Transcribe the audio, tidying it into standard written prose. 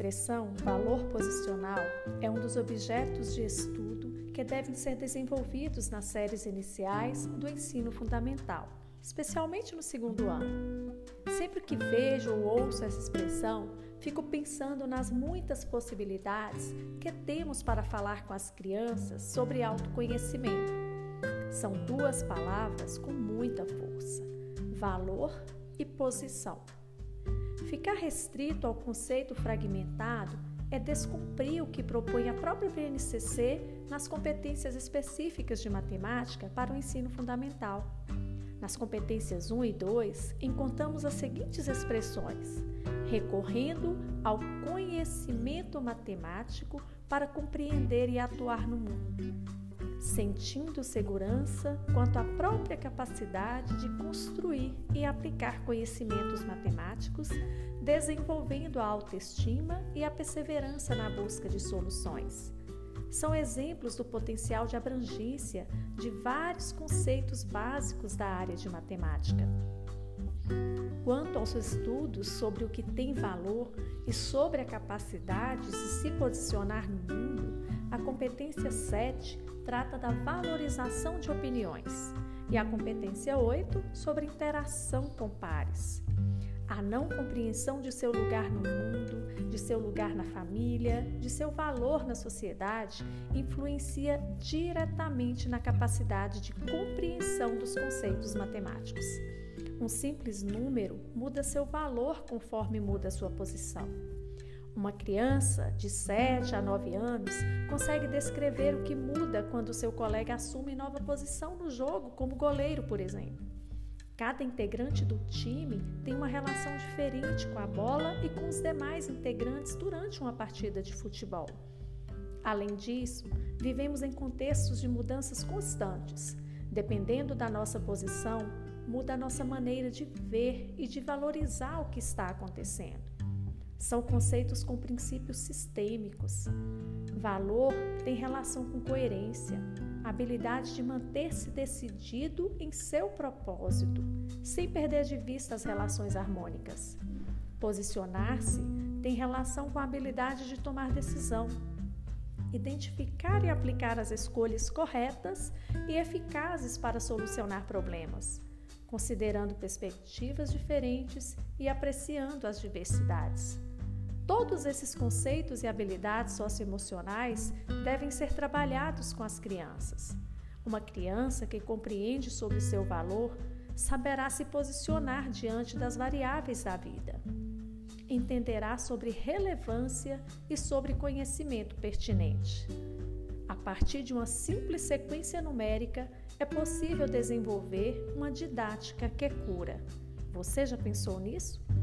expressão valor posicional é um dos objetos de estudo que devem ser desenvolvidos nas séries iniciais do ensino fundamental, especialmente no segundo ano. Sempre que vejo ou ouço essa expressão, fico pensando nas muitas possibilidades que temos para falar com as crianças sobre autoconhecimento. São duas palavras com muita força: valor e posição. Ficar restrito ao conceito fragmentado é descumprir o que propõe a própria BNCC nas competências específicas de matemática para o ensino fundamental. Nas competências 1 e 2, encontramos as seguintes expressões: recorrendo ao conhecimento matemático para compreender e atuar no mundo, sentindo segurança quanto à própria capacidade de construir e aplicar conhecimentos matemáticos, desenvolvendo a autoestima e a perseverança na busca de soluções. São exemplos do potencial de abrangência de vários conceitos básicos da área de matemática. Quanto aos estudos sobre o que tem valor e sobre a capacidade de se posicionar no mundo, a competência 7 trata da valorização de opiniões e a competência 8 sobre interação com pares. A não compreensão de seu lugar no mundo, de seu lugar na família, de seu valor na sociedade, influencia diretamente na capacidade de compreensão dos conceitos matemáticos. Um simples número muda seu valor conforme muda sua posição. Uma criança de 7 a 9 anos consegue descrever o que muda quando seu colega assume nova posição no jogo, como goleiro, por exemplo. Cada integrante do time tem uma relação diferente com a bola e com os demais integrantes durante uma partida de futebol. Além disso, vivemos em contextos de mudanças constantes. Dependendo da nossa posição, muda a nossa maneira de ver e de valorizar o que está acontecendo. São conceitos com princípios sistêmicos. Valor tem relação com coerência, a habilidade de manter-se decidido em seu propósito, sem perder de vista as relações harmônicas. Posicionar-se tem relação com a habilidade de tomar decisão, identificar e aplicar as escolhas corretas e eficazes para solucionar problemas, considerando perspectivas diferentes e apreciando as diversidades. Todos esses conceitos e habilidades socioemocionais devem ser trabalhados com as crianças. Uma criança que compreende sobre seu valor saberá se posicionar diante das variáveis da vida. Entenderá sobre relevância e sobre conhecimento pertinente. A partir de uma simples sequência numérica, é possível desenvolver uma didática que cura. Você já pensou nisso?